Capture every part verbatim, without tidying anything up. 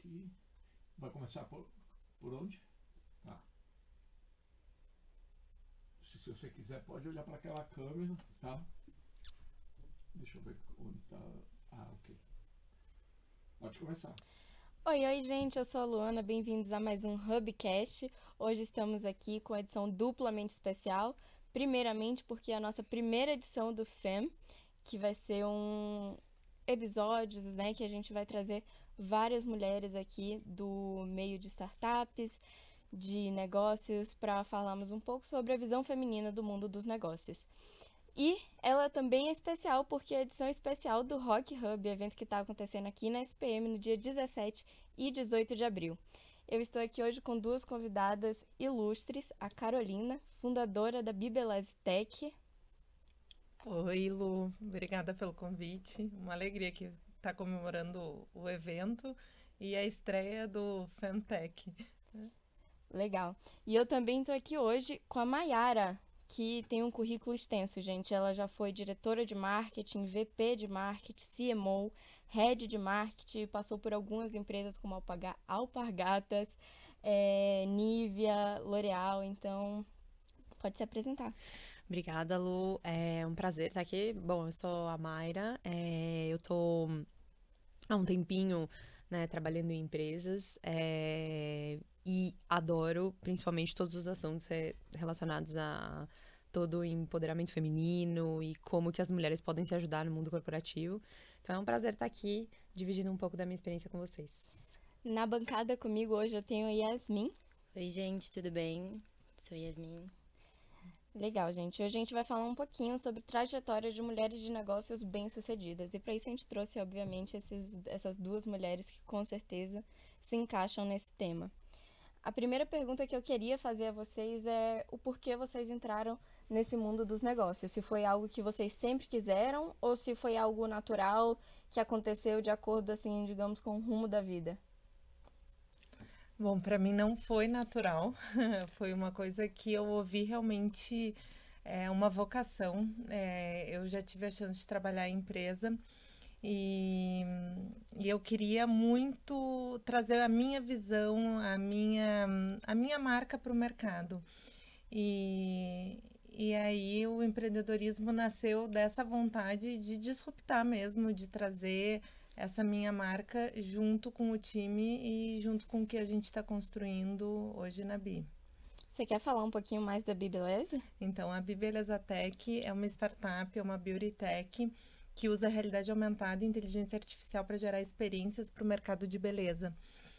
aqui. Vai começar por, por onde? Tá. Se, se você quiser, pode olhar para aquela câmera, tá? Deixa eu ver onde tá. Ah, ok. Pode começar. Oi, oi, gente, eu sou a Luana, bem-vindos a mais um Hubcast. Hoje estamos aqui com a edição duplamente especial. Primeiramente porque é a nossa primeira edição do F E M, que vai ser um episódios, né, que a gente vai trazer várias mulheres aqui do meio de startups, de negócios, para falarmos um pouco sobre a visão feminina do mundo dos negócios. E ela também é especial porque é a edição especial do Rock Hub, evento que está acontecendo aqui na S P M no dia dezessete e dezoito de abril. Eu estou aqui hoje com duas convidadas ilustres, a Carolina, fundadora da Bibeleze Tech. Oi, Lu, obrigada pelo convite. Uma alegria que está comemorando o evento e a estreia do Femtech. Legal. E eu também estou aqui hoje com a Mayara, que tem um currículo extenso, gente. Ela já foi diretora de marketing, V P de marketing, C M O, head de marketing, passou por algumas empresas como Alpaga- Alpargatas, é, Nivea, L'Oréal, então pode se apresentar. Obrigada, Lu. É um prazer estar aqui. Bom, eu sou a Mayra. É, eu tô há um tempinho, né, trabalhando em empresas é, e adoro, principalmente, todos os assuntos é, relacionados a todo o empoderamento feminino e como que as mulheres podem se ajudar no mundo corporativo. Então é um prazer estar aqui, dividindo um pouco da minha experiência com vocês. Na bancada comigo hoje eu tenho a Yasmin. Oi, gente, tudo bem? Sou Yasmin. Legal, gente. Hoje a gente vai falar um pouquinho sobre trajetória de mulheres de negócios bem-sucedidas. E para isso a gente trouxe, obviamente, esses, essas duas mulheres que com certeza se encaixam nesse tema. A primeira pergunta que eu queria fazer a vocês é o porquê vocês entraram nesse mundo dos negócios. Se foi algo que vocês sempre quiseram ou se foi algo natural que aconteceu de acordo, assim, digamos, com o rumo da vida. Bom, para mim não foi natural, foi uma coisa que eu ouvi realmente é, uma vocação. É, eu já tive a chance de trabalhar em empresa e, e eu queria muito trazer a minha visão, a minha, a minha marca para o mercado. E, e aí o empreendedorismo nasceu dessa vontade de disruptar mesmo, de trazer essa minha marca junto com o time e junto com o que a gente está construindo hoje na Bi. Você quer falar um pouquinho mais da Bibeleze? Então, a Bibeleze Tech é uma startup, é uma beauty tech que usa realidade aumentada e inteligência artificial para gerar experiências para o mercado de beleza.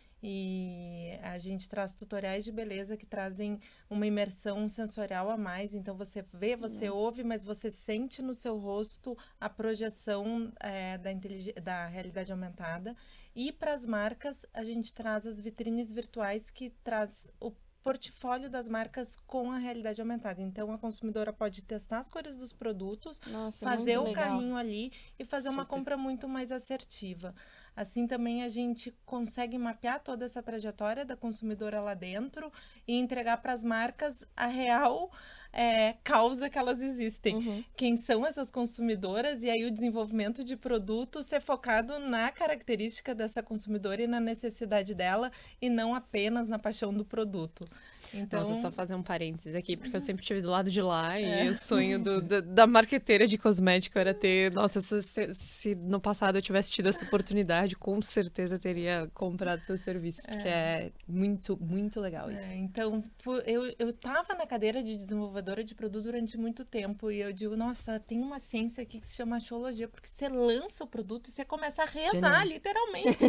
E a gente traz tutoriais de beleza que trazem uma imersão sensorial a mais. Então, você vê, você Nossa. ouve, mas você sente no seu rosto a projeção é, da, da realidade aumentada. E para as marcas, a gente traz as vitrines virtuais que traz o portfólio das marcas com a realidade aumentada. Então, a consumidora pode testar as cores dos produtos, Nossa, fazer muito o legal. carrinho ali e fazer uma Super. compra muito mais assertiva. Assim também a gente consegue mapear toda essa trajetória da consumidora lá dentro e entregar para as marcas a real é, causa que elas existem. Uhum. Quem são essas consumidoras e aí o desenvolvimento de produto ser focado na característica dessa consumidora e na necessidade dela e não apenas na paixão do produto. Então, Nossa, só fazer um parênteses aqui, porque eu sempre estive do lado de lá É. e o sonho do, da, da marqueteira de cosmético era ter... Nossa, se, se, se no passado eu tivesse tido essa oportunidade, com certeza teria comprado seu serviço, porque é, é muito, muito legal isso. É, então, eu, eu tava na cadeira de desenvolvedora de produto durante muito tempo e eu digo, nossa, tem uma ciência aqui que se chama axiologia, porque você lança o produto e você começa a rezar, Genial. literalmente.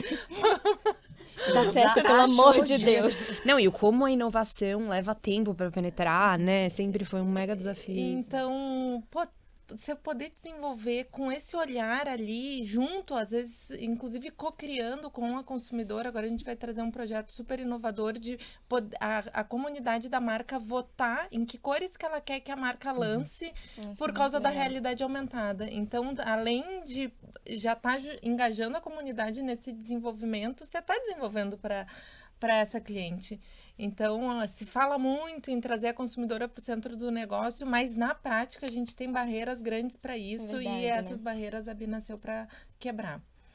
Dá certo, pelo amor de Deus. Não, e o como a inovação leva tempo para penetrar, né? Sempre foi um mega desafio. Então, pô, você poder desenvolver com esse olhar ali, junto, às vezes, inclusive co-criando com a consumidora. Agora a gente vai trazer um projeto super inovador de pod- a, a comunidade da marca votar em que cores que ela quer que a marca lance Nossa, por causa muito da legal. realidade aumentada. Então, além de já estar engajando a comunidade nesse desenvolvimento, você está desenvolvendo para para essa cliente. Então, se fala muito em trazer a consumidora para o centro do negócio, mas na prática a gente tem barreiras grandes para isso Verdade, e essas né? barreiras a Bi nasceu para quebrar.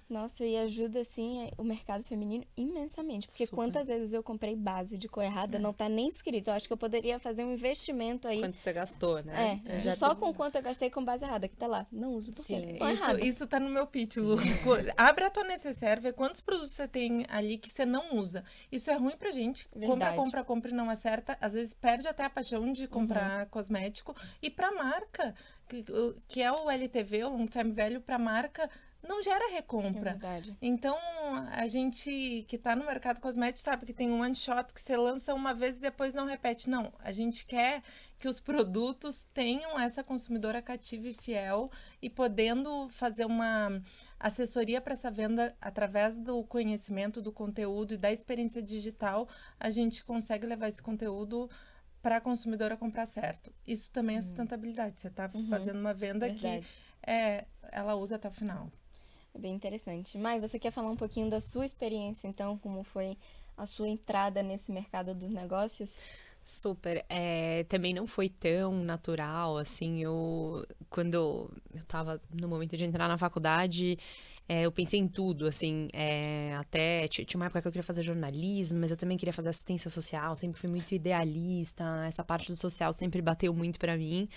Nossa, e ajuda, assim, o mercado feminino imensamente. Porque Super. quantas vezes eu comprei base de cor errada, não tá nem escrito. Eu acho que eu poderia fazer um investimento aí. Quanto você gastou, né? É, de só com quanto eu gastei com base errada, que tá lá. Não uso porque Sim. tô Isso, errada. isso tá no meu pitch, Lu. Abre a tua necessaire, vê quantos produtos você tem ali que você não usa. Isso é ruim pra gente. Compra, Verdade. compra, compra e não acerta. Às vezes perde até a paixão de comprar cosmético. E pra marca, que, que é o L T V, o Long Time Value, pra marca, não gera É recompra. verdade. Então, a gente que tá no mercado cosmético sabe que tem um one shot que você lança uma vez e depois não repete. Não, a gente quer que os produtos tenham essa consumidora cativa e fiel e podendo fazer uma assessoria para essa venda através do conhecimento, do conteúdo e da experiência digital, a gente consegue levar esse conteúdo para a consumidora comprar certo. Isso também é sustentabilidade. Você está fazendo uma venda Verdade. que é, ela usa até o final. É bem interessante. Mai, você quer falar um pouquinho da sua experiência, então? Como foi a sua entrada nesse mercado dos negócios? Super. É, também não foi tão natural, assim, eu... Quando eu tava no momento de entrar na faculdade, é, eu pensei em tudo, assim, é, até... Tinha uma época que eu queria fazer jornalismo, mas eu também queria fazer assistência social, sempre fui muito idealista, essa parte do social sempre bateu muito pra mim.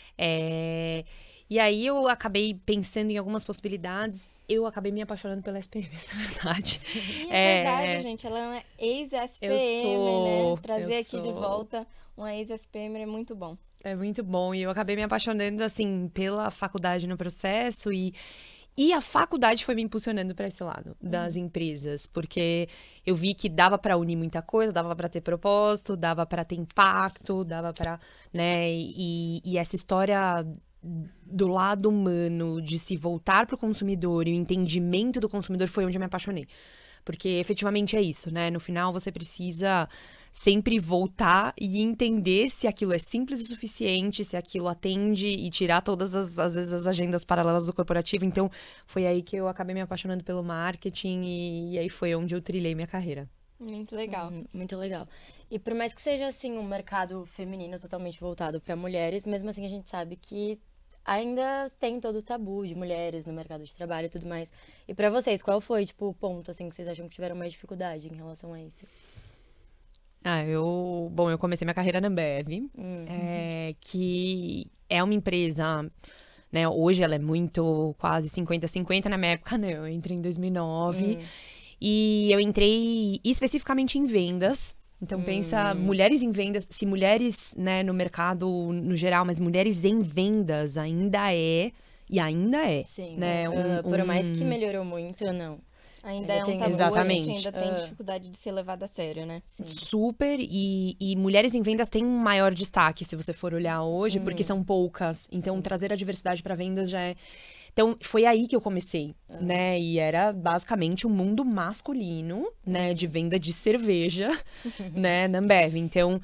É... E aí eu acabei pensando em algumas possibilidades, eu acabei me apaixonando pela S P M, essa é a verdade. E é, É, verdade, gente. Ela é uma ex-S P M, eu sou, né? Trazer eu aqui de sou. volta uma ex-S P M é muito bom. É muito bom. E eu acabei me apaixonando, assim, pela faculdade no processo. E, e a faculdade foi me impulsionando para esse lado das empresas. Porque eu vi que dava para unir muita coisa, dava para ter propósito, dava para ter impacto, dava para, né? E, e essa história do lado humano, de se voltar para o consumidor e o entendimento do consumidor foi onde eu me apaixonei. Porque efetivamente é isso, né? No final você precisa sempre voltar e entender se aquilo é simples o suficiente, se aquilo atende e tirar todas as, às vezes, as agendas paralelas do corporativo. Então, foi aí que eu acabei me apaixonando pelo marketing e, e aí foi onde eu trilhei minha carreira. Muito legal. Uhum, muito legal. E por mais que seja, assim, um mercado feminino totalmente voltado para mulheres, mesmo assim a gente sabe que ainda tem todo o tabu de mulheres no mercado de trabalho e tudo mais. E pra vocês, qual foi, tipo, o ponto, assim, que vocês acham que tiveram mais dificuldade em relação a isso? Ah, eu... Bom, eu comecei minha carreira na Ambev, Hum. é, que é uma empresa... Né, hoje ela é muito quase cinquenta a cinquenta, na minha época não, eu entrei em dois mil e nove. Hum. E eu entrei especificamente em vendas. Então, pensa, mulheres em vendas, se mulheres, né, no mercado no geral, mas mulheres em vendas ainda é, e ainda é, Sim. né? Uh, por um- mais que um- melhorou muito, não. Ainda Ainda é um tem- tabu, Exatamente. a gente ainda tem Ah. dificuldade de ser levado a sério, né? Super, e, e mulheres em vendas têm um maior destaque, se você for olhar hoje, porque são poucas. Então, trazer a diversidade para vendas já é... Então, foi aí que eu comecei, né? E era basicamente um mundo masculino, né? De venda de cerveja, né? Na Ambev. Então,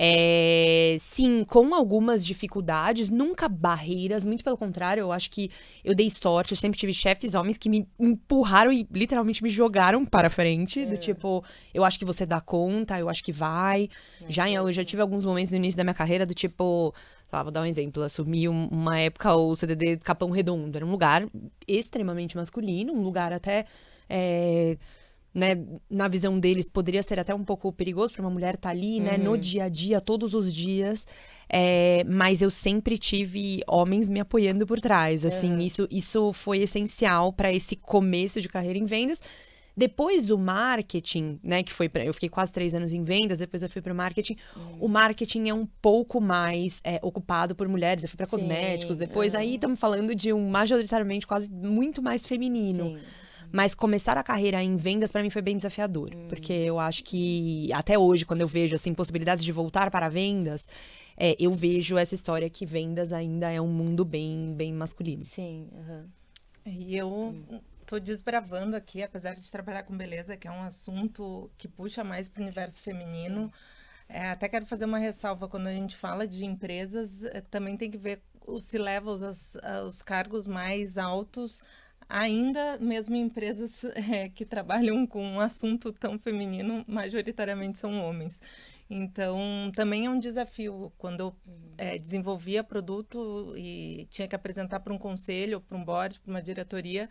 é... sim, com algumas dificuldades, nunca barreiras. Muito pelo contrário, eu acho que eu dei sorte. Eu sempre tive chefes homens que me empurraram e literalmente me jogaram para frente. Do tipo, eu acho que você dá conta, eu acho que vai. Já, em- eu já tive alguns momentos no início da minha carreira do tipo... Lá, vou dar um exemplo. Eu assumi um- uma época o C D D Capão Redondo. Era um lugar extremamente masculino, um lugar até, é, né, na visão deles, poderia ser até um pouco perigoso para uma mulher estar ali, né, no dia a dia, todos os dias. É, mas eu sempre tive homens me apoiando por trás. Assim, isso, isso foi essencial para esse começo de carreira em vendas. Depois do marketing, né, que foi pra, eu fiquei quase três anos em vendas, depois eu fui para o marketing. O marketing é um pouco mais é, ocupado por mulheres. Eu fui para cosméticos, depois aí estamos falando de um majoritariamente quase muito mais feminino. Sim. Mas começar a carreira em vendas para mim foi bem desafiador, porque eu acho que até hoje quando eu vejo assim possibilidades de voltar para vendas, é, eu vejo essa história que vendas ainda é um mundo bem bem masculino. Sim, aham. E eu tô desbravando aqui, apesar de trabalhar com beleza, que é um assunto que puxa mais para o universo feminino. É, até quero fazer uma ressalva, quando a gente fala de empresas, é, também tem que ver os C-levels, as- a- os cargos mais altos, ainda mesmo em empresas é, que trabalham com um assunto tão feminino, majoritariamente são homens. Então, também é um desafio. Quando eu é, desenvolvia produto e tinha que apresentar para um conselho, para um board, para uma diretoria,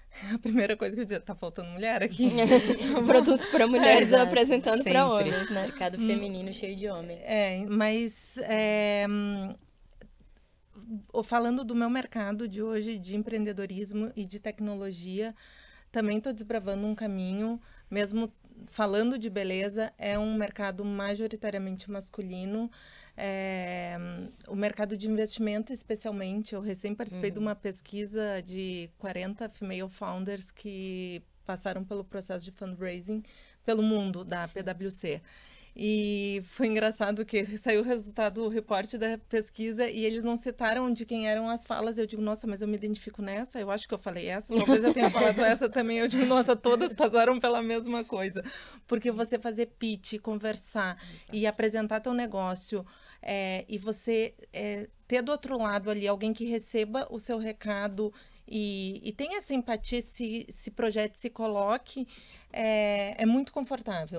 a primeira coisa que eu dizia, tá faltando mulher aqui? Produtos para mulheres Exato. apresentando para Sempre. homens, né? Mercado feminino cheio de homem. É, mas é, hum, o- falando do meu mercado de hoje de empreendedorismo e de tecnologia, também estou desbravando um caminho, mesmo falando de beleza, é um mercado majoritariamente masculino. É, hum, o mercado de investimento, especialmente, eu recém participei de uma pesquisa de quarenta female founders que passaram pelo processo de fundraising pelo mundo, da P W C. E foi engraçado que saiu o resultado, o reporte da pesquisa, e eles não citaram de quem eram as falas. Eu digo, nossa, mas eu me identifico nessa? Eu acho que eu falei essa, talvez eu tenha falado essa também. Eu digo, nossa, todas passaram pela mesma coisa. Porque você fazer pitch, conversar e apresentar teu negócio, é, e você é, ter do outro lado ali alguém que receba o seu recado e, e tenha essa empatia, se, se projete, se coloque, é, é muito confortável.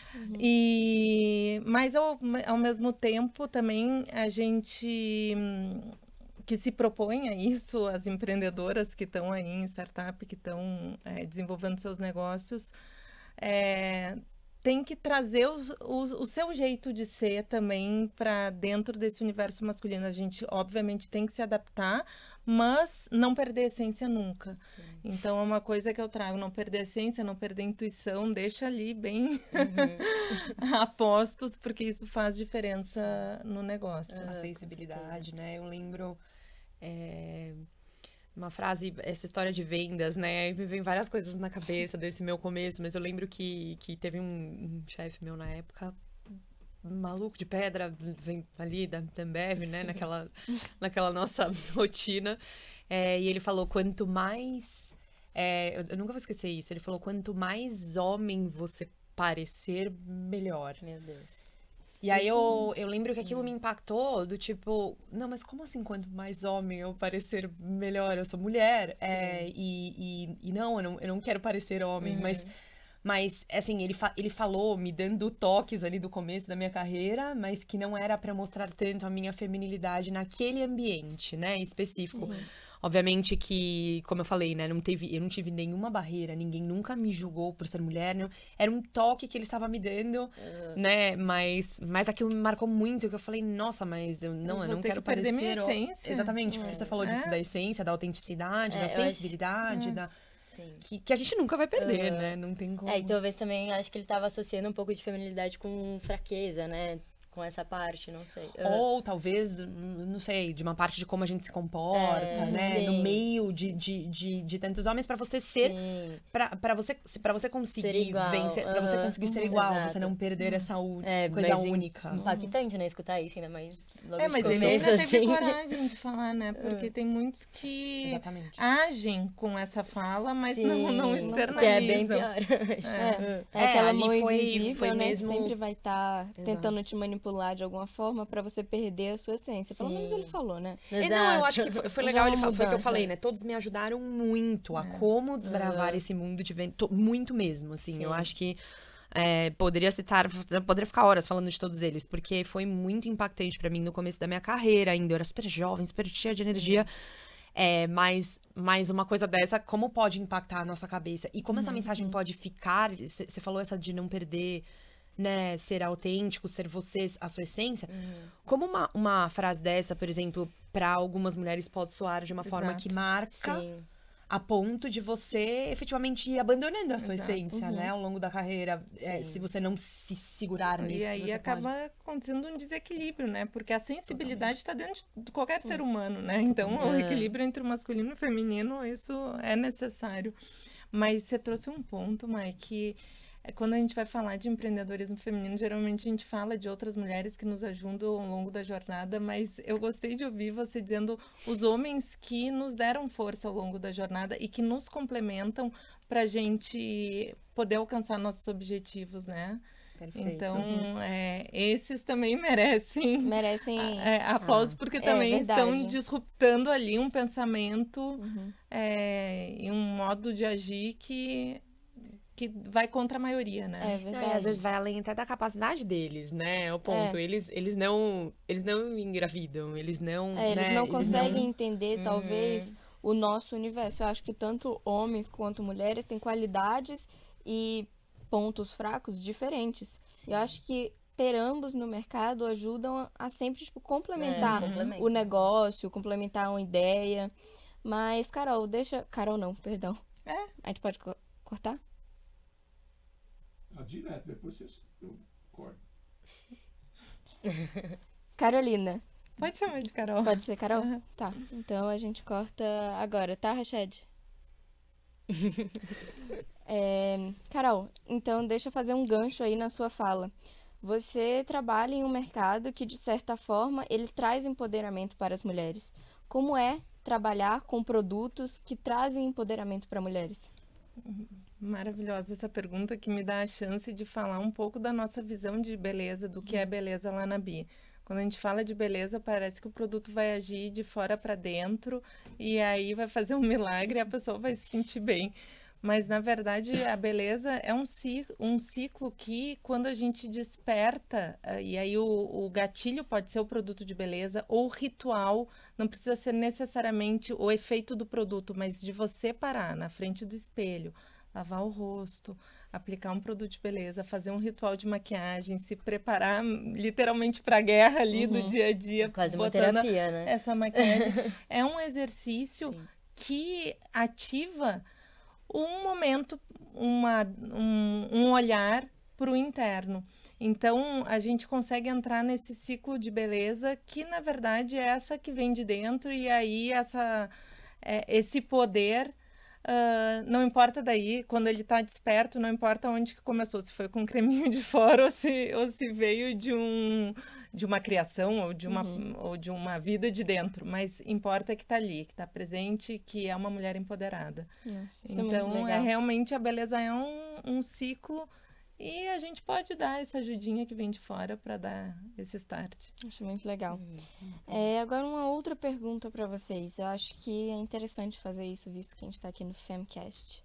E, mas ao, ao mesmo tempo também a gente hum, que se propõe a isso, as empreendedoras que estão aí em startup, que estão é, desenvolvendo seus negócios, é, tem que trazer os, os, o seu jeito de ser também para dentro desse universo masculino. A gente, obviamente, tem que se adaptar, mas não perder a essência nunca. Sim. Então, é uma coisa que eu trago, não perder a essência, não perder a intuição, deixa ali bem uhum. apostos, porque isso faz diferença no negócio. A sensibilidade, né? Eu lembro... É... uma frase, essa história de vendas, né? Aí me vem várias coisas na cabeça desse meu começo, mas eu lembro que, que teve um, um chefe meu na época, maluco de pedra, vem ali da Ambev, né? Naquela, naquela nossa rotina. É, e ele falou, quanto mais... É, eu, eu nunca vou esquecer isso. Ele falou, quanto mais homem você parecer, melhor. Meu Deus. E aí eu, eu lembro que aquilo me impactou do tipo, não, mas como assim quanto mais homem eu parecer melhor? Eu sou mulher, é, e, e, e não, eu não, eu não quero parecer homem, uhum. mas, mas assim, ele, fa ele falou me dando toques ali do começo da minha carreira, mas que não era pra mostrar tanto a minha feminilidade naquele ambiente, né, específico. Sim. Obviamente que, como eu falei, né, não teve, eu não tive nenhuma barreira, ninguém nunca me julgou por ser mulher, não, era um toque que ele estava me dando, uhum. né, mas, mas aquilo me marcou muito, que eu falei, nossa, mas eu não, eu, eu não quero que parecer... minha essência. Exatamente, é. porque você falou é. disso, da essência, da autenticidade, é, da sensibilidade, acho... da... Sim. Que, que a gente nunca vai perder, uhum. né, não tem como... É, e talvez também, acho que ele estava associando um pouco de feminilidade com fraqueza, né, com essa parte, não sei. Ou talvez, não sei, de uma parte de como a gente se comporta, é, né? Sim. No meio de, de, de, de tantos homens, pra você ser... Pra, pra, você, pra você conseguir ser igual. vencer, pra você conseguir uhum. ser igual, Exato. Você não perder essa é, coisa única. Impactante, né? Escutar isso, ainda mais logo É, mas de começo, ele ainda assim. teve coragem de falar, né? Porque tem muitos que Exatamente. agem com essa fala, mas Sim, não, não externalizam. Que é bem pior. É, é, é aquela ali mão foi, invisível, foi né? mesmo... Que sempre vai estar tá tentando te manipular de alguma forma pra você perder a sua essência. Pelo menos ele falou, né? É, não, eu acho que foi, foi legal, ele falou, foi o que eu falei, né? Todos me ajudaram muito a É. como desbravar uhum. esse mundo de venda. Muito mesmo, assim. Sim. Eu acho que é, poderia citar, poderia ficar horas falando de todos eles, porque foi muito impactante pra mim no começo da minha carreira ainda. Eu era super jovem, super cheia de energia. Uhum. É, mas, mas uma coisa dessa, como pode impactar a nossa cabeça? E como uhum. essa mensagem pode ficar? Você falou essa de não perder... né, ser autêntico, ser você, a sua essência. Uhum. Como uma, uma frase dessa, por exemplo, para algumas mulheres pode soar de uma Exato. Forma que marca Sim. a ponto de você efetivamente ir abandonando a sua Exato. Essência, uhum. né, ao longo da carreira, é, se você não se segurar nisso. E aí acaba pode... acontecendo um desequilíbrio, né, porque a sensibilidade está dentro de qualquer Sim. Ser humano, né, então uhum. o equilíbrio entre o masculino e o feminino, isso é necessário. Mas você trouxe um ponto, Mai, que quando a gente vai falar de empreendedorismo feminino, geralmente a gente fala de outras mulheres que nos ajudam ao longo da jornada, mas eu gostei de ouvir você dizendo os homens que nos deram força ao longo da jornada e que nos complementam para a gente poder alcançar nossos objetivos, né? Perfeito. Então, uhum. é, esses também merecem, merecem... É, aplausos, ah, porque também é estão disruptando ali um pensamento uhum. é, e um modo de agir que... que vai contra a maioria, né? É verdade. Não, e às vezes vai além até da capacidade deles, né? É o ponto. É. Eles, eles, não, eles não engravidam, eles não... É, eles né? não conseguem eles não... entender, uhum. talvez, o nosso universo. Eu acho que tanto homens quanto mulheres têm qualidades e pontos fracos diferentes. Sim. Eu acho que ter ambos no mercado ajudam a, a sempre, tipo, complementar É, complementa. o negócio, complementar uma ideia. Mas, Carol, deixa... Carol não, perdão. É. A gente pode co- cortar? Ah, direto, depois vocês, eu corto. Carolina. Pode chamar de Carol. Pode ser, Carol? Aham. Tá, então a gente corta agora, tá, Rached? É, Carol, então deixa eu fazer um gancho aí na sua fala. Você trabalha em um mercado que, de certa forma, ele traz empoderamento para as mulheres. Como é trabalhar com produtos que trazem empoderamento para mulheres? Maravilhosa essa pergunta que me dá a chance de falar um pouco da nossa visão de beleza, do que é beleza lá na Bi. Quando a gente fala de beleza, parece que o produto vai agir de fora para dentro e aí vai fazer um milagre e a pessoa vai se sentir bem. Mas, na verdade, a beleza é um, ci- um ciclo que, quando a gente desperta, eh, e aí o, o gatilho pode ser o produto de beleza, ou o ritual, não precisa ser necessariamente o efeito do produto, mas de você parar na frente do espelho, lavar o rosto, aplicar um produto de beleza, fazer um ritual de maquiagem, se preparar hum, literalmente para a guerra ali do Uhum. dia a dia, Quase uma botando a- terapia, né? essa maquiagem. É um exercício Sim. que ativa um momento, uma, um, um olhar para o interno. Então, a gente consegue entrar nesse ciclo de beleza que, na verdade, é essa que vem de dentro e aí essa, é, esse poder, ah, não importa daí, quando ele está desperto, não importa onde que começou, se foi com um creminho de fora ou se, ou se veio de um... de uma criação ou de uma, ou de uma vida de dentro, mas importa que está ali, que está presente, que é uma mulher empoderada. Nossa, isso é muito Então, é legal. realmente a beleza é um, um ciclo e a gente pode dar essa ajudinha que vem de fora para dar esse start. Acho muito legal. É, agora uma outra pergunta para vocês. Eu acho que é interessante fazer isso, visto que a gente está aqui no Femcast.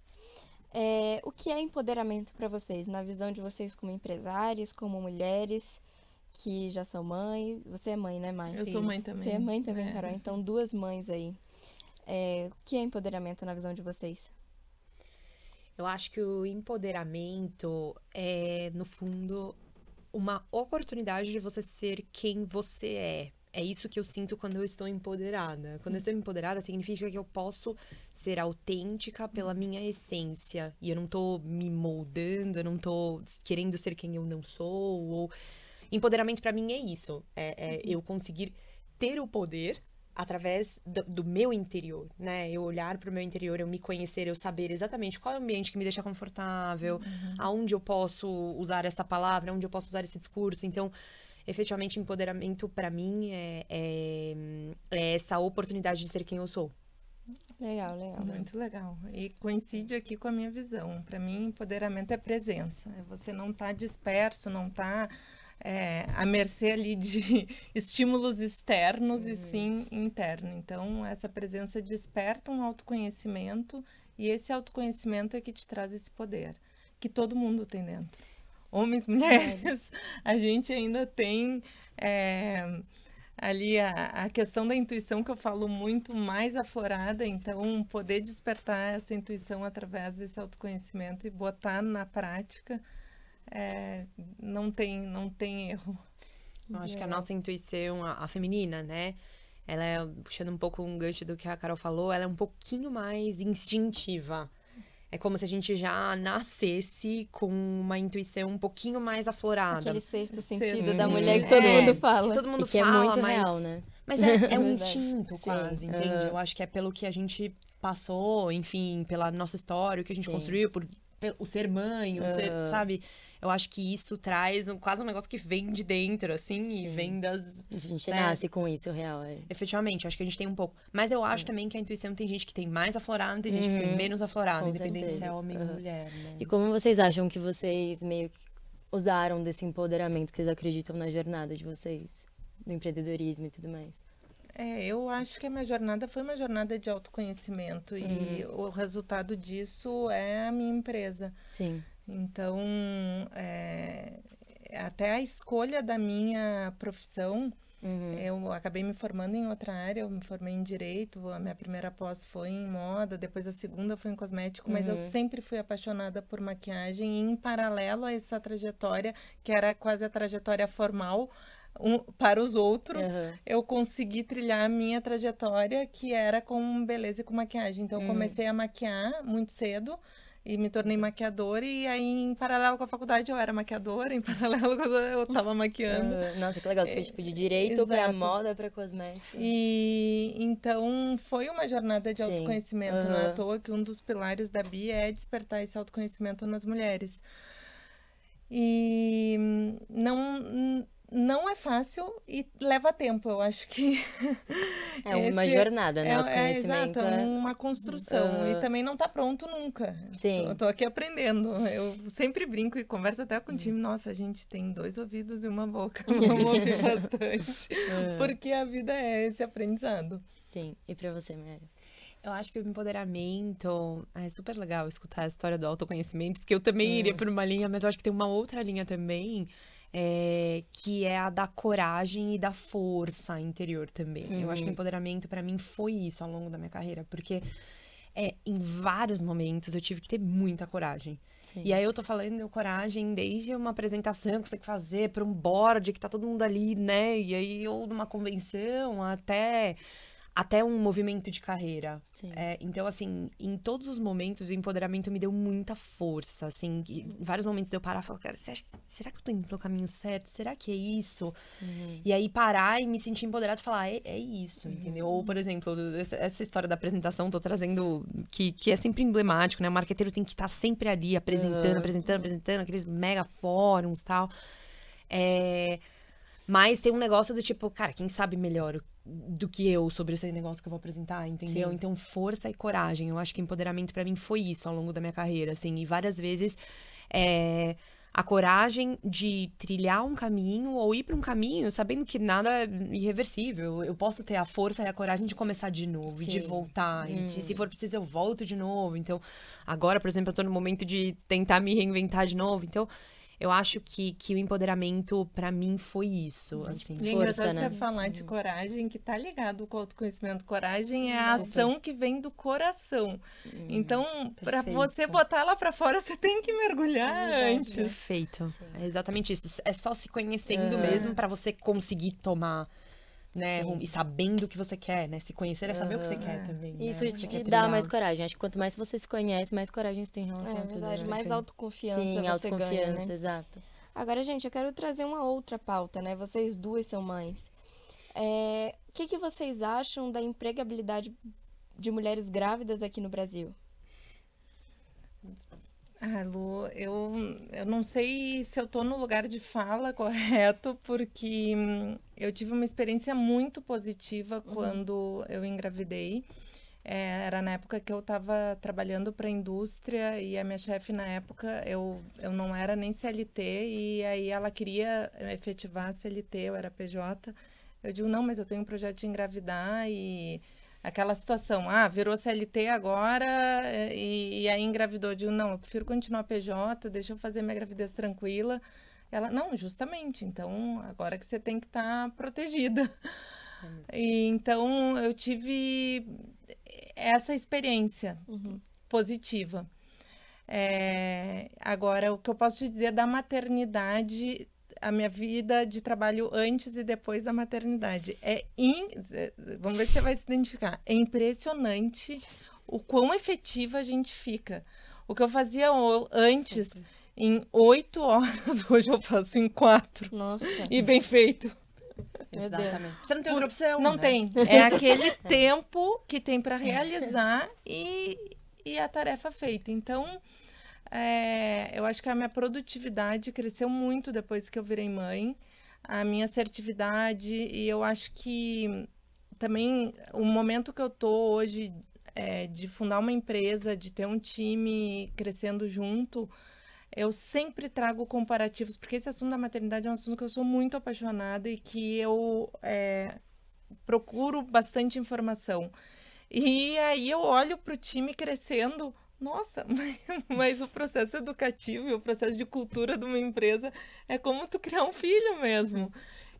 É, o que é empoderamento para vocês, na visão de vocês como empresários, como mulheres que já são mães? Você é mãe, né, Mai? Eu sou mãe também. Você é mãe também, É. Carol. Então, duas mães aí. É, o que é empoderamento na visão de vocês? Eu acho que o empoderamento é, no fundo, uma oportunidade de você ser quem você é. É isso que eu sinto quando eu estou empoderada. Quando eu estou empoderada, significa que eu posso ser autêntica pela minha essência. E eu não tô me moldando, eu não tô querendo ser quem eu não sou. Ou... Empoderamento pra mim é isso. É, é eu conseguir ter o poder através do, do meu interior, né? Eu olhar pro meu interior, eu me conhecer, eu saber exatamente qual é o ambiente que me deixa confortável, aonde eu posso usar essa palavra, aonde eu posso usar esse discurso. Então, efetivamente, empoderamento pra mim é, é, é essa oportunidade de ser quem eu sou. Legal, legal. Muito legal. E coincide aqui com a minha visão. Para mim, empoderamento é presença. É você não estar disperso, não estar é, à mercê ali de estímulos externos e sim interno. Então, essa presença desperta um autoconhecimento e esse autoconhecimento é que te traz esse poder, que todo mundo tem dentro. Homens, mulheres, a gente ainda tem é, ali a, a questão da intuição que eu falo muito mais aflorada, então poder despertar essa intuição através desse autoconhecimento e botar na prática, é, não tem, não tem erro. Eu acho que a nossa intuição, a, a feminina, né? Ela é, puxando um pouco um gancho do que a Carol falou, ela é um pouquinho mais instintiva. É como se a gente já nascesse com uma intuição um pouquinho mais aflorada. Aquele sexto Sexto sentido da sentido. mulher que todo É, mundo fala. Que todo mundo E que é fala, muito mas... real, né? Mas é, é um Verdade. instinto Sim, quase, entende? aham. Eu acho que é pelo que a gente passou, enfim, pela nossa história, o que a gente Sim. construiu, por, pelo, o ser mãe, o ser, Aham. sabe? Eu acho que isso traz um, quase um negócio que vem de dentro, assim, e Sim. vem das... A gente né? nasce com isso, real. É. Efetivamente, acho que a gente tem um pouco. Mas eu acho também que a intuição tem gente que tem mais aflorada, tem gente que tem Uhum. menos aflorada, Com independente se é certeza. homem ou Aham. mulher, né? E como vocês acham que vocês meio que usaram desse empoderamento que vocês acreditam na jornada de vocês? Do empreendedorismo e tudo mais? É, eu acho que a minha jornada foi uma jornada de autoconhecimento e o resultado disso é a minha empresa. Sim. Então, é, até a escolha da minha profissão, Uhum. Eu acabei me formando em outra área, eu me formei em Direito, a minha primeira pós foi em moda, depois a segunda foi em cosmético, mas eu Uhum. sempre fui apaixonada por maquiagem e em paralelo a essa trajetória, que era quase a trajetória formal, um- para os outros, Aham. eu consegui trilhar a minha trajetória, que era com beleza e com maquiagem. Então, eu Hum. comecei a maquiar muito cedo e me tornei maquiadora. E aí, em paralelo com a faculdade, eu era maquiadora. Em paralelo com a... eu tava maquiando. Aham. Nossa, que legal. Você fez tipo de direito pra Exato. moda, pra cosmética. E então foi uma jornada de Sim. autoconhecimento, não é à Aham. toa que um dos pilares da Bia é despertar esse autoconhecimento nas mulheres. E hum, não, não é fácil e leva tempo, eu acho que É uma esse jornada, né? é, é Autoconhecimento. exato, é é- uma construção e Aham. também não tá pronto nunca. Sim. Tô, tô aqui aprendendo. Eu sempre brinco e converso até com o time. Nossa, a gente tem dois ouvidos e uma boca. Vamos ouvir bastante. Aham. Porque a vida é esse aprendizado. Sim. E pra você, Mary? Eu acho que o empoderamento é super legal escutar a história do autoconhecimento, porque eu também iria por uma linha, mas eu acho que tem uma outra linha também, é, que é a da coragem e da força interior também. Eu acho que o Uhum. empoderamento pra mim foi isso ao longo da minha carreira, porque é, em vários momentos eu tive que ter muita coragem. Sim. E aí eu tô falando de coragem desde uma apresentação que você tem que fazer para um board que tá todo mundo ali, né? E aí, ou numa convenção, até, até um movimento de carreira. Sim. É, então, assim, em todos os momentos, o empoderamento me deu muita força, assim. que- Em vários momentos eu parar e falar, cara, será, será que eu tô indo pelo caminho certo? Será que é isso? Uhum. E aí parar e me sentir empoderado e falar, é, é isso, entendeu? Ou, por exemplo, essa, essa história da apresentação, tô trazendo, que, que é sempre emblemático, né? O marqueteiro tem que estar sempre ali, apresentando, Uhum. apresentando, apresentando, aqueles mega fóruns e tal. É... Mas tem um negócio do tipo, cara, quem sabe melhor do que eu sobre esse negócio que eu vou apresentar, entendeu? Sim. Então, força e coragem. Eu acho que empoderamento pra mim foi isso ao longo da minha carreira, assim. E várias vezes, é, a coragem de trilhar um caminho ou ir pra um caminho sabendo que nada é irreversível. Eu posso ter a força e a coragem de começar de novo e de Sim. voltar. E de- Hum. se for preciso, eu volto de novo. Então, agora, por exemplo, eu tô no momento de tentar me reinventar de novo. Então, eu acho que, que o empoderamento, pra mim, foi isso, assim. E é Força, engraçado né? você falar de coragem, que tá ligado com o autoconhecimento. Coragem é a Super. ação que vem do coração. Então, para perfeito. você botar ela para fora, você tem que mergulhar É verdade, antes. né? Perfeito. É exatamente isso. É só se conhecendo Aham. mesmo pra você conseguir tomar, né? Sim. rum- E sabendo o que você quer, né? Se conhecer é saber o que você Aham. quer também. né? Isso O que você te quer dá trilhar. mais coragem. Acho que quanto mais você se conhece, mais coragem você tem em relação É a tudo. verdade, né? mais autoconfiança Sim, você autoconfiança, ganha, né? exato. Agora, gente, eu quero trazer uma outra pauta, né? Vocês duas são mães. É, o que que vocês acham da empregabilidade de mulheres grávidas aqui no Brasil? Ah, Lu, eu, eu não sei se eu tô no lugar de fala correto, porque hum, eu tive uma experiência muito positiva quando eu engravidei. É, era na época que eu estava trabalhando para a indústria e a minha chefe na época, eu, eu não era nem C L T e aí ela queria efetivar a C L T, eu era P J. Eu digo, não, mas eu tenho um projeto de engravidar e aquela situação, ah, virou C L T agora eh, e, e aí engravidou. Eu digo, não, eu prefiro continuar P J, deixa eu fazer minha gravidez tranquila. Ela, não, justamente, então agora que você tem que estar protegida. E, então eu tive essa experiência positiva. É, agora, o que eu posso te dizer da maternidade, a minha vida de trabalho antes e depois da maternidade. É in... Vamos ver se você vai se identificar. É impressionante o quão efetiva a gente fica. O que eu fazia o- antes, em oito horas, hoje eu faço em quatro. Nossa, E bem feito. meu Deus. Exatamente. Você não tem outra opção, Não né? tem. É aquele tempo que tem para realizar e, e a tarefa feita. Então, é, eu acho que a minha produtividade cresceu muito depois que eu virei mãe. A minha assertividade. E eu acho que também o momento que eu tô hoje é, de fundar uma empresa, de ter um time crescendo junto, eu sempre trago comparativos, porque esse assunto da maternidade é um assunto que eu sou muito apaixonada e que eu é, procuro bastante informação. E aí eu olho para o time crescendo, nossa, mas, mas o processo educativo e o processo de cultura de uma empresa é como tu criar um filho mesmo.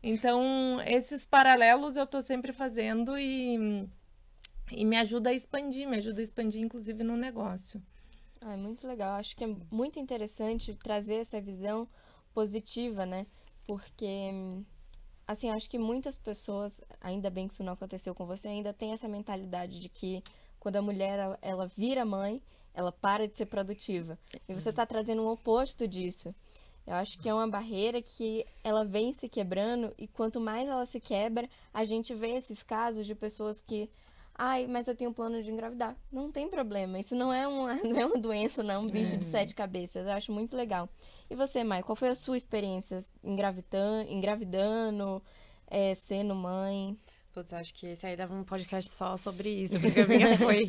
Então, esses paralelos eu tô sempre fazendo e, e me ajuda a expandir, me ajuda a expandir, inclusive, no negócio. Ah, é muito legal. Acho que é muito interessante trazer essa visão positiva, né? Porque, assim, acho que muitas pessoas, ainda bem que isso não aconteceu com você, ainda tem essa mentalidade de que quando a mulher, ela, ela vira mãe, ela para de ser produtiva. E você tá trazendo um oposto disso. Eu acho que é uma barreira que ela vem se quebrando e quanto mais ela se quebra, a gente vê esses casos de pessoas que, ai, mas eu tenho plano de engravidar. Não tem problema, isso não é uma, não é uma doença, não é um bicho de sete cabeças. Eu acho muito legal. E você, Mai, qual foi a sua experiência engravidando, engravidando é, sendo mãe? Putz, acho que esse aí dava um podcast só sobre isso, porque a minha foi...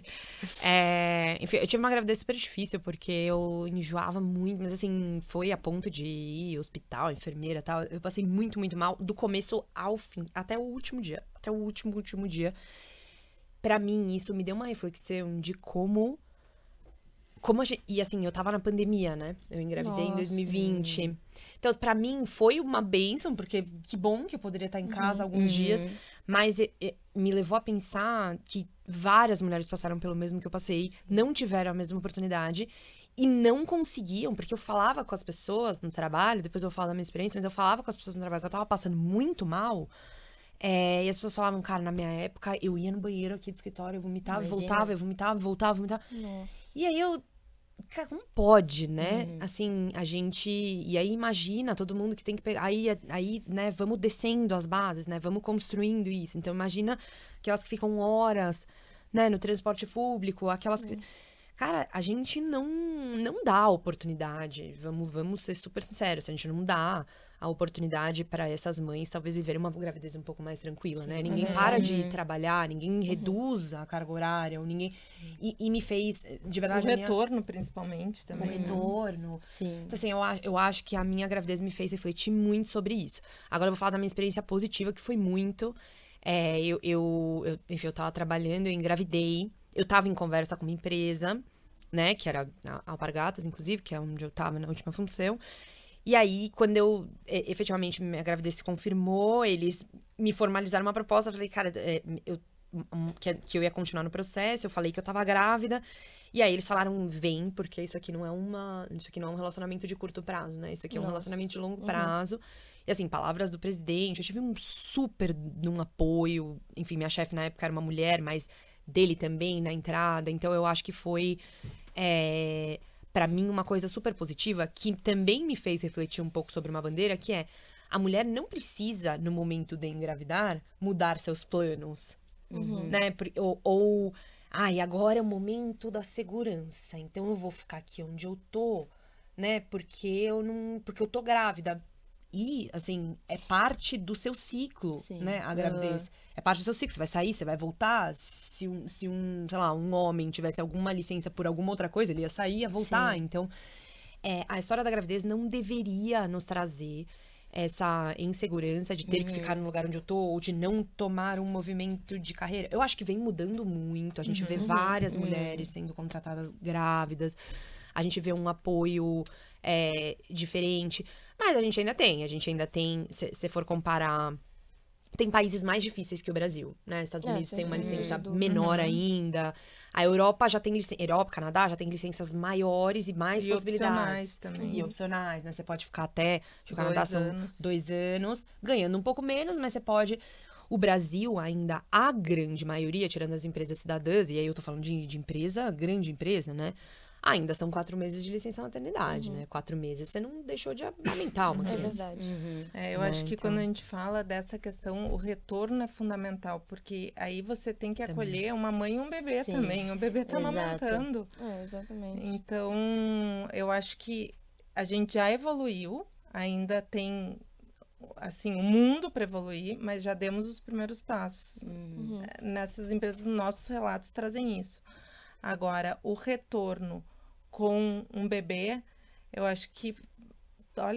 é, enfim, eu tive uma gravidez super difícil, porque eu enjoava muito, mas assim, foi a ponto de ir ao hospital, enfermeira e tal. Eu passei muito, muito mal, do começo ao fim, até o último dia, até o último, último dia. Pra mim, isso me deu uma reflexão de como... como a gente, e assim, eu tava na pandemia, né? Eu engravidei Nossa. em dois mil e vinte. Então, pra mim, foi uma bênção, porque que bom que eu poderia estar em casa alguns dias. Mas e, e, me levou a pensar que várias mulheres passaram pelo mesmo que eu passei, não tiveram a mesma oportunidade e não conseguiam, porque eu falava com as pessoas no trabalho, depois eu vou falar da minha experiência, mas eu falava com as pessoas no trabalho que eu tava passando muito mal. É, e as pessoas falavam, cara, na minha época, eu ia no banheiro aqui do escritório, eu vomitava, Imagina. voltava, eu vomitava, voltava, vomitava. Nossa. E aí eu... Cara, como pode, né? Uhum. Assim, a gente... E aí imagina todo mundo que tem que pegar... Aí, aí, né, vamos descendo as bases, né? Vamos construindo isso. Então, imagina aquelas que ficam horas, né? No transporte público, aquelas... Uhum. Cara, a gente não, não dá a oportunidade. Vamos, vamos ser super sinceros. A gente não dá a oportunidade para essas mães talvez viverem uma gravidez um pouco mais tranquila, Sim. né? Ninguém uhum. para de trabalhar, ninguém uhum. reduz a carga horária, ou ninguém... E, e me fez, de verdade... O retorno, minha... principalmente, também. O retorno. Sim. Então, assim, eu, eu acho que a minha gravidez me fez refletir muito sobre isso. Agora eu vou falar da minha experiência positiva, que foi muito... É, eu, eu, eu, enfim, eu tava trabalhando, eu engravidei. Eu tava em conversa com uma empresa, né? Que era a Alpargatas, inclusive, que é onde eu tava na última função. E aí, quando eu, efetivamente, minha gravidez se confirmou, eles me formalizaram uma proposta. Eu falei, cara, eu, que, que eu ia continuar no processo. Eu falei que eu tava grávida. E aí, eles falaram, vem, porque isso aqui não é uma... Isso aqui não é um relacionamento de curto prazo, né? Isso aqui é um Nossa. relacionamento de longo prazo. Uhum. E assim, palavras do presidente. Eu tive um super um apoio. Enfim, minha chefe na época era uma mulher, mas dele também na entrada. Então, eu acho que foi... É... para mim, uma coisa super positiva, que também me fez refletir um pouco sobre uma bandeira, que é, a mulher não precisa, no momento de engravidar, mudar seus planos, uhum. né? Ou, ou, ai, agora é o momento da segurança, então eu vou ficar aqui onde eu tô, né? Porque eu não, porque eu tô grávida. E, assim, é parte do seu ciclo, Sim. né? A gravidez. Uhum. É parte do seu ciclo. Você vai sair, você vai voltar. Se um, se um, sei lá, um homem tivesse alguma licença por alguma outra coisa, ele ia sair, ia voltar. Sim. Então, é, a história da gravidez não deveria nos trazer essa insegurança de ter uhum. que ficar no lugar onde eu tô, ou de não tomar um movimento de carreira. Eu acho que vem mudando muito. A gente uhum. vê várias uhum. mulheres sendo contratadas grávidas. A gente vê um apoio é, diferente. Mas a gente ainda tem. A gente ainda tem, se, se for comparar... Tem países mais difíceis que o Brasil, né? Estados Unidos é, tem uma licença medo. menor uhum. ainda. A Europa já tem licença... Europa, Canadá já tem licenças maiores e mais e possibilidades. Opcionais também. E opcionais, né? Você pode ficar até... O Canadá dois são anos. dois anos, ganhando um pouco menos, mas você pode... O Brasil ainda, a grande maioria, tirando as empresas cidadãs, e aí eu tô falando de, de empresa, grande empresa, né? Ainda são quatro meses de licença maternidade, uhum. né? Quatro meses, você não deixou de amamentar uma criança. É verdade. Uhum. É, eu né? acho que então... quando a gente fala dessa questão, o retorno é fundamental, porque aí você tem que acolher também. uma mãe e um bebê Sim. também. O bebê tá Exato. amamentando. É, exatamente. Então, eu acho que a gente já evoluiu, ainda tem... assim, o mundo para evoluir, mas já demos os primeiros passos. Uhum. Nessas empresas, nossos relatos trazem isso. Agora, o retorno com um bebê, eu acho que, olha,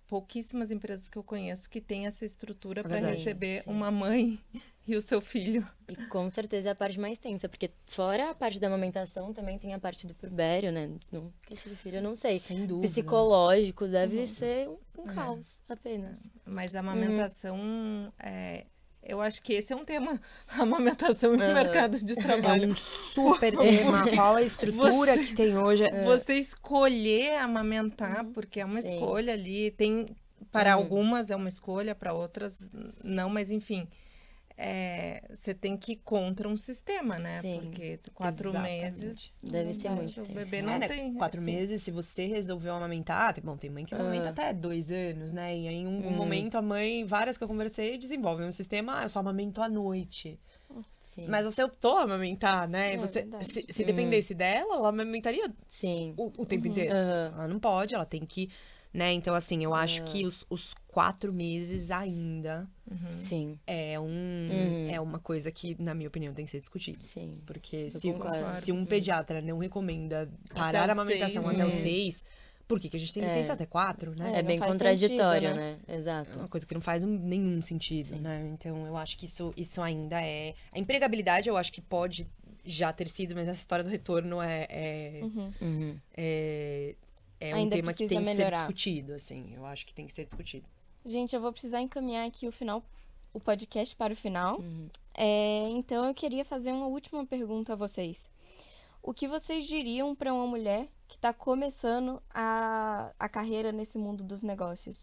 pouquíssimas empresas que eu conheço que têm essa estrutura para Verdade. receber Sim. uma mãe e o seu filho. E com certeza é a parte mais tensa, porque fora a parte da amamentação, também tem a parte do purbério, né? No queixo do filho, eu não sei. Sem dúvida. Psicológico deve ser um, um caos apenas. Mas a amamentação, é, eu acho que esse é um tema, a amamentação no mercado de É trabalho. um super tema. Qual a estrutura Você- que tem hoje? Você escolher amamentar, porque é uma Sim. escolha ali, tem para Uhum. algumas é uma escolha, para outras não, mas enfim, é, você tem que ir contra um sistema, né? Sim. Porque quatro Exatamente. meses Deve ser não dá, muito o tenso. bebê É, não né? tem Quatro sim. meses, se você resolveu amamentar, tem- bom, tem mãe que amamenta Ah. até dois anos, né? E aí, em um, um Hum. momento, a mãe, várias que eu conversei, desenvolvem um sistema, ah, eu só amamento à noite. Sim. Mas você optou a amamentar, né? É você, verdade. se, se dependesse dela, ela amamentaria Sim. o, o tempo inteiro. Aham. Ela não pode, ela tem que, né? Então, assim, eu acho que os, os quatro meses ainda Sim. é um Uhum. é uma coisa que, na minha opinião, tem que ser discutida. Sim. Porque Eu se, concordo. se um pediatra não recomenda parar o a amamentação seis, até os né? seis, por que, que a gente tem licença até quatro, né? É, É, não bem faz contraditório, sentido, né? É Exato. uma coisa que não faz um- nenhum sentido, Sim. né? Então, eu acho que isso, isso ainda é... A empregabilidade, eu acho que pode já ter sido, mas essa história do retorno é... é, Uhum. Uhum. é, é um Ainda tema que precisa tem que ser melhorar. discutido, assim. Eu acho que tem que ser discutido. Gente, eu vou precisar encaminhar aqui o final, o podcast para o final. Uhum. É, então eu queria fazer uma última pergunta a vocês. O que vocês diriam para uma mulher que está começando a, a carreira nesse mundo dos negócios?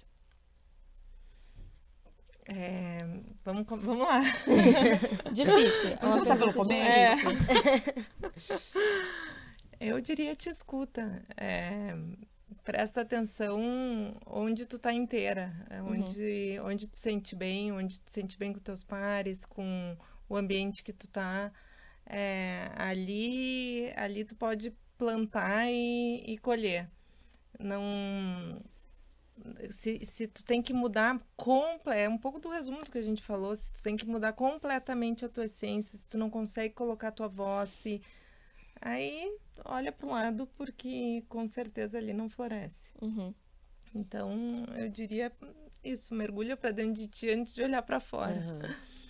É, vamos, com- vamos lá. Difícil. É uma começar pelo pergunta começo? difícil. Eu diria te escuta. É, presta atenção onde tu tá inteira. é Onde, onde tu sente bem, onde tu sente bem com teus pares, com o ambiente que tu tá. É, ali, ali tu pode plantar e, e colher. Não... Se, se tu tem que mudar comple... é um pouco do resumo do que a gente falou, se tu tem que mudar completamente a tua essência, se tu não consegue colocar a tua voz, se... aí olha para um lado porque com certeza ali não floresce. Uhum. Então eu diria isso, mergulha para dentro de ti antes de olhar para fora. Aham.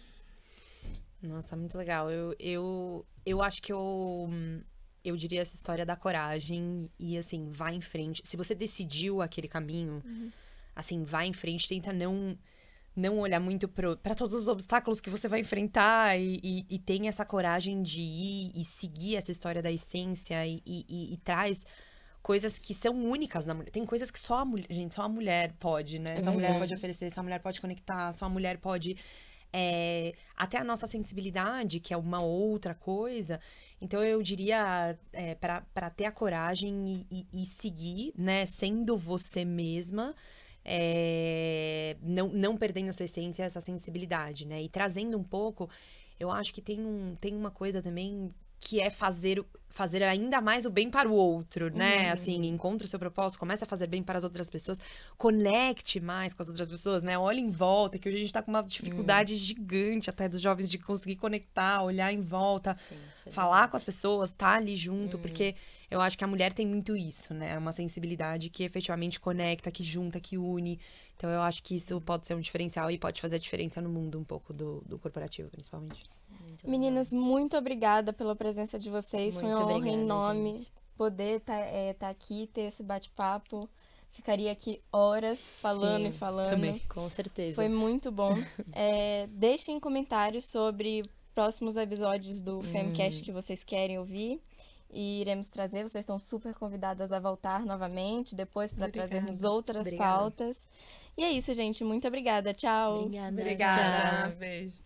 Nossa, muito legal. Eu, eu, eu acho que eu, eu diria essa história da coragem e, assim, vai em frente. Se você decidiu aquele caminho, assim, vai em frente, tenta não, não olhar muito para todos os obstáculos que você vai enfrentar e, e, e tem essa coragem de ir e seguir essa história da essência e, e, e, e traz coisas que são únicas na mulher. Tem coisas que só a mulher, gente, só a mulher pode, né? Só a mulher pode oferecer, só a mulher pode conectar, só a mulher pode... É, até a nossa sensibilidade, que é uma outra coisa. Então, eu diria, é, para ter a coragem e, e, e seguir, né? Sendo você mesma, é, não, não perdendo a sua essência, essa sensibilidade, né? E trazendo um pouco, eu acho que tem, um, tem uma coisa também que é fazer, fazer ainda mais o bem para o outro, né? Assim, encontre o seu propósito, comece a fazer bem para as outras pessoas, conecte mais com as outras pessoas, né? Olhe em volta, que hoje a gente tá com uma dificuldade gigante até dos jovens de conseguir conectar, olhar em volta, Sim, isso é falar com as pessoas, estar ali junto, porque eu acho que a mulher tem muito isso, né? É uma sensibilidade que efetivamente conecta, que junta, que une. Então, eu acho que isso pode ser um diferencial e pode fazer a diferença no mundo um pouco do, do corporativo, principalmente. muito Meninas, muito obrigada pela presença de vocês. Foi Muito uma honra obrigada, enorme gente. poder estar aqui, ter esse bate-papo. Ficaria aqui horas falando Sim, e falando. também. Com certeza. Foi muito bom. É, deixem comentários sobre próximos episódios do Femcast que vocês querem ouvir. E iremos trazer. Vocês estão super convidadas a voltar novamente depois para Obrigada. trazermos outras Obrigada. pautas. E é isso, gente. Muito obrigada. Tchau. Obrigada. Obrigada. Tchau. Beijo.